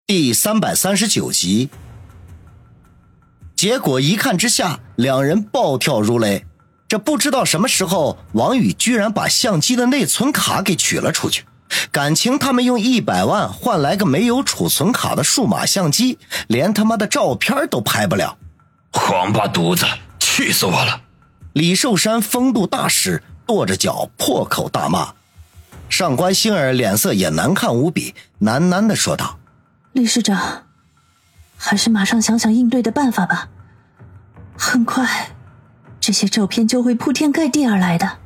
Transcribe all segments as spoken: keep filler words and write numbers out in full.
第三百三十九集。结果一看之下，两人暴跳如雷。这不知道什么时候，王宇居然把相机的内存卡给取了出去。感情他们用一百万换来个没有储存卡的数码相机，连他妈的照片都拍不了。 黄八犊子，气死我了！ 李寿山风度大使，跺着脚破口大骂。上官星儿脸色也难看无比，喃喃地说道： 李市长，还是马上想想应对的办法吧。很快这些照片就会铺天盖地而来的。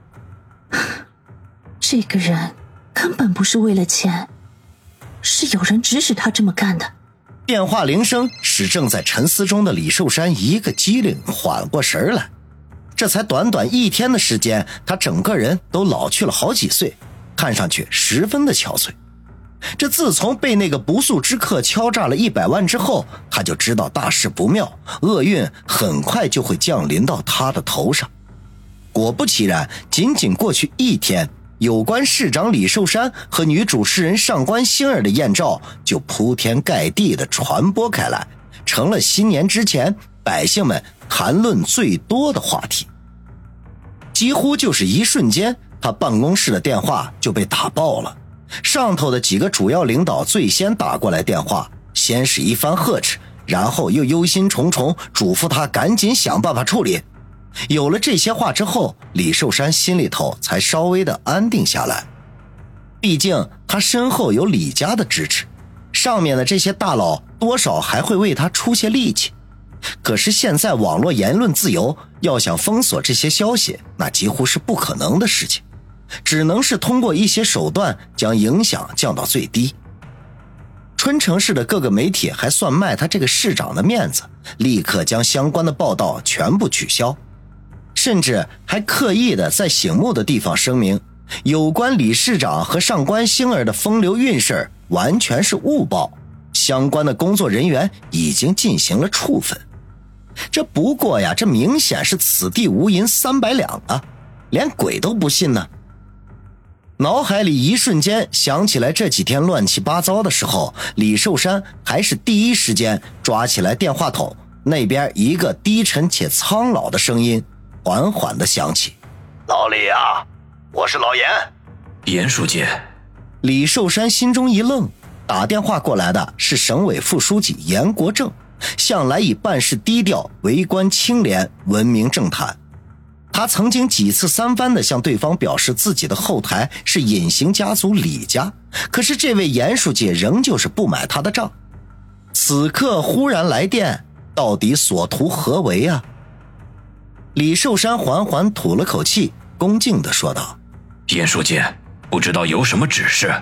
这个人根本不是为了钱，是有人指使他这么干的。 电话铃声使正在沉思中的李寿山一个机灵缓过神来。这才短短一天的时间，他整个人都老去了好几岁，看上去十分的憔悴。这自从被那个不速之客敲诈了一百万之后，他就知道大事不妙，厄运很快就会降临到他的头上。果不其然，仅仅过去一天，有关市长李寿山和女主持人上官星儿的艳照就铺天盖地地传播开来，成了新年之前百姓们谈论最多的话题。几乎就是一瞬间，他办公室的电话就被打爆了。上头的几个主要领导最先打过来电话，先是一番呵斥，然后又忧心忡忡嘱咐他赶紧想办法处理。有了这些话之后，李寿山心里头才稍微的安定下来。毕竟他身后有李家的支持，上面的这些大佬多少还会为他出些力气。可是现在网络言论自由，要想封锁这些消息，那几乎是不可能的事情，只能是通过一些手段将影响降到最低。春城市的各个媒体还算卖他这个市长的面子，立刻将相关的报道全部取消，甚至还刻意的在醒目的地方声明，有关李市长和上官星儿的风流韵事完全是误报，相关的工作人员已经进行了处分。这不过呀，这明显是此地无银三百两啊，连鬼都不信呢。脑海里一瞬间想起来这几天乱七八糟的时候，李寿山还是第一时间抓起来电话筒，那边一个低沉且苍老的声音缓缓地响起： 老李啊，我是老严。 严书记。 李寿山心中一愣，打电话过来的是省委副书记严国正，向来以办事低调、为官清廉闻名政坛。他曾经几次三番地向对方表示自己的后台是隐形家族李家，可是这位严书记仍旧是不买他的账。此刻忽然来电，到底所图何为啊？李寿山缓缓吐了口气，恭敬地说道： 严书记，不知道有什么指示？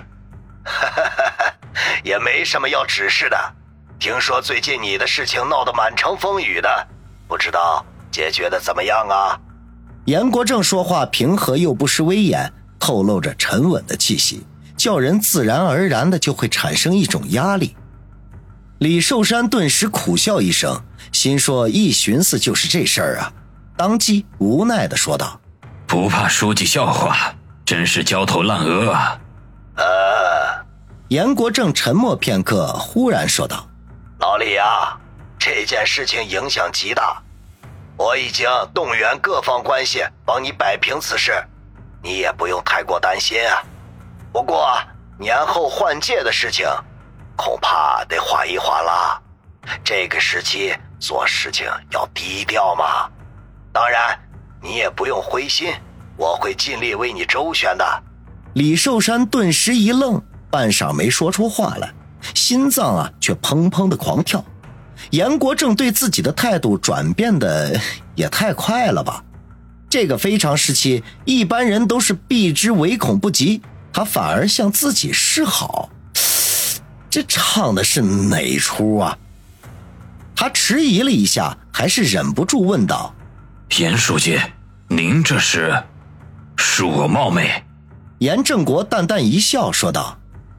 也没什么要指示的，听说最近你的事情闹得满城风雨的，不知道解决的怎么样啊？ 严国正说话平和又不失威严，透露着沉稳的气息，叫人自然而然的就会产生一种压力。李寿山顿时苦笑一声，心说一寻思就是这事儿啊，当即无奈地说道： 不怕书记笑话，真是焦头烂额啊。 呃， 严国正沉默片刻，忽然说道： 老李啊，这件事情影响极大，我已经动员各方关系帮你摆平此事，你也不用太过担心啊。不过年后换届的事情恐怕得缓一缓了，这个时期做事情要低调嘛。当然你也不用灰心，我会尽力为你周旋的。 李寿山顿时一愣，半晌没说出话来，心脏啊却砰砰的狂跳。严国正对自己的态度转变的也太快了吧，这个非常时期一般人都是避之唯恐不及，他反而向自己示好，这唱的是哪出啊？他迟疑了一下，还是忍不住问道： 严书记，您这是恕我冒昧。 严正国淡淡一笑说道：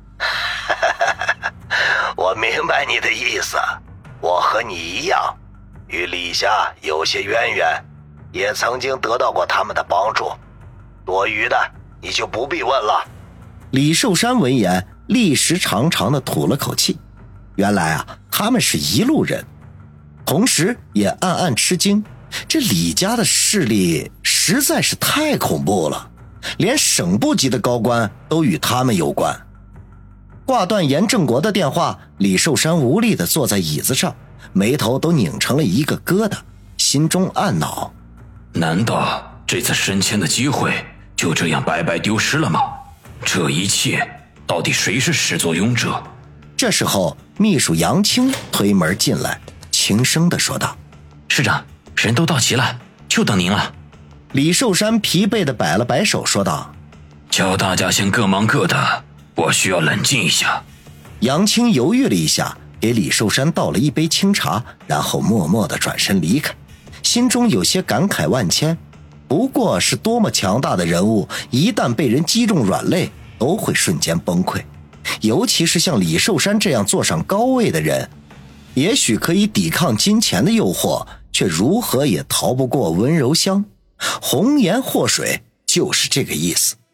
我明白你的意思，我和你一样，与李家有些渊源，也曾经得到过他们的帮助，多余的你就不必问了。 李寿山闻言，立时长长的吐了口气， 原来啊，他们是一路人，同时也暗暗吃惊，这李家的势力实在是太恐怖了，连省部级的高官都与他们有关。挂断严正国的电话，李寿山无力地坐在椅子上，眉头都拧成了一个疙瘩，心中暗恼： 难道这次升迁的机会就这样白白丢失了吗？这一切到底谁是始作俑者？ 这时候秘书杨青推门进来，轻声地说道： 市长，人都到齐了，就等您了。 李寿山疲惫地摆了摆手说道： 叫大家先各忙各的，我需要冷静一下。 杨青犹豫了一下，给李寿山倒了一杯清茶，然后默默地转身离开，心中有些感慨万千。不过是多么强大的人物，一旦被人击中软肋，都会瞬间崩溃。尤其是像李寿山这样坐上高位的人，也许可以抵抗金钱的诱惑，却如何也逃不过温柔乡。红颜祸水就是这个意思。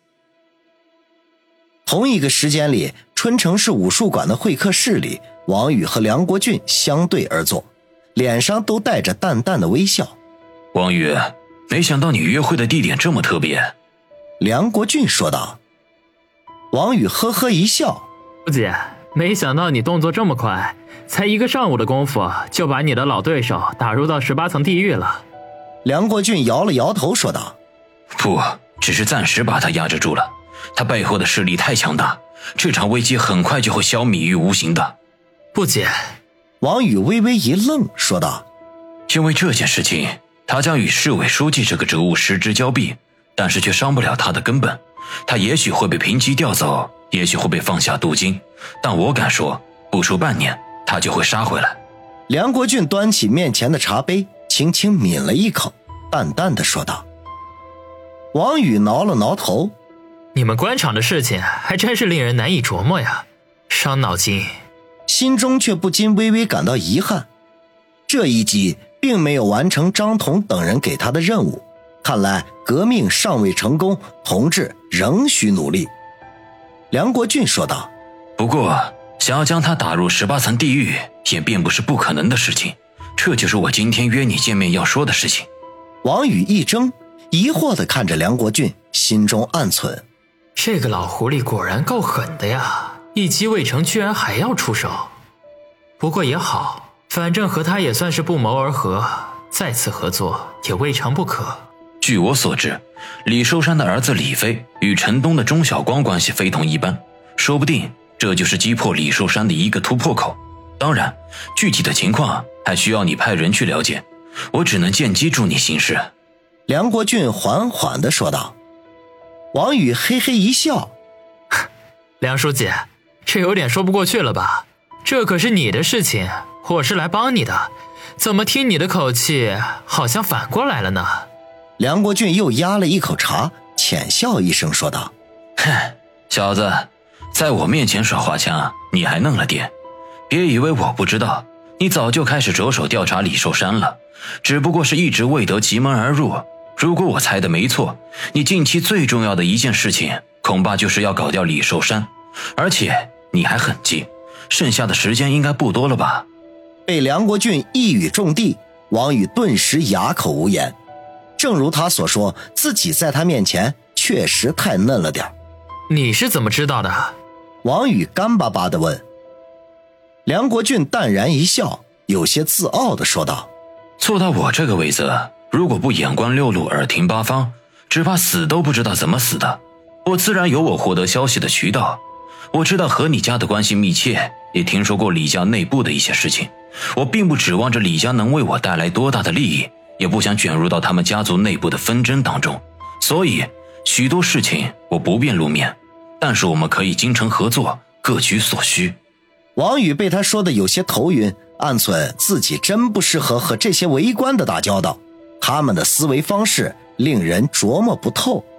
同一个时间里，春城市武术馆的会客室里，王宇和梁国俊相对而坐，脸上都带着淡淡的微笑。 王宇，没想到你约会的地点这么特别。 梁国俊说道。王宇呵呵一笑： 不姐，没想到你动作这么快，才一个上午的功夫就把你的老对手打入到十八层地狱了。 梁国俊摇了摇头说道： 不，只是暂时把他压制住了，他背后的势力太强大，这场危机很快就会消弭于无形的。 不姐。 王宇微微一愣说道： 因为这件事情，他将与市委书记这个职务失之交臂，但是却伤不了他的根本。他也许会被平级调走，也许会被放下镀金，但我敢说，不出半年他就会杀回来。 梁国俊端起面前的茶杯，轻轻抿了一口，淡淡的说道。王宇挠了挠头： 你们官场的事情还真是令人难以琢磨呀，伤脑筋。 心中却不禁微微感到遗憾，这一击并没有完成张彤等人给他的任务，看来革命尚未成功，同志仍需努力。梁国俊说道： 不过想要将他打入十八层地狱也并不是不可能的事情，这就是我今天约你见面要说的事情。 王宇一怔，疑惑地看着梁国俊，心中暗忖： 这个老狐狸果然够狠的呀，一击未成居然还要出手。不过也好，反正和他也算是不谋而合，再次合作也未尝不可。 据我所知，李寿山的儿子李飞与陈东的钟晓光关系非同一般，说不定这就是击破李寿山的一个突破口。当然，具体的情况还需要你派人去了解，我只能见机助你行事。 梁国俊缓缓地说道。王宇嘿嘿一笑： 梁书记，这有点说不过去了吧？这可是你的事情，我是来帮你的，怎么听你的口气好像反过来了呢？ 梁国俊又压了一口茶，浅笑一声说道： 哼，小子，在我面前耍花枪你还嫩了点，别以为我不知道，你早就开始着手调查李寿山了，只不过是一直未得其门而入。如果我猜的没错，你近期最重要的一件事情恐怕就是要搞掉李寿山，而且你还很近，剩下的时间应该不多了吧？ 被梁国俊一语中的，王宇顿时哑口无言。正如他所说，自己在他面前确实太嫩了点。 你是怎么知道的？ 王宇干巴巴地问。梁国俊淡然一笑，有些自傲地说道： 做到我这个位子，如果不眼观六路耳听八方，只怕死都不知道怎么死的。我自然有我获得消息的渠道，我知道和你家的关系密切，也听说过李家内部的一些事情。我并不指望着李家能为我带来多大的利益，也不想卷入到他们家族内部的纷争当中，所以许多事情我不便露面，但是我们可以精诚合作，各取所需。 王宇被他说的有些头晕，暗忖自己真不适合和这些为官的打交道，他们的思维方式令人琢磨不透。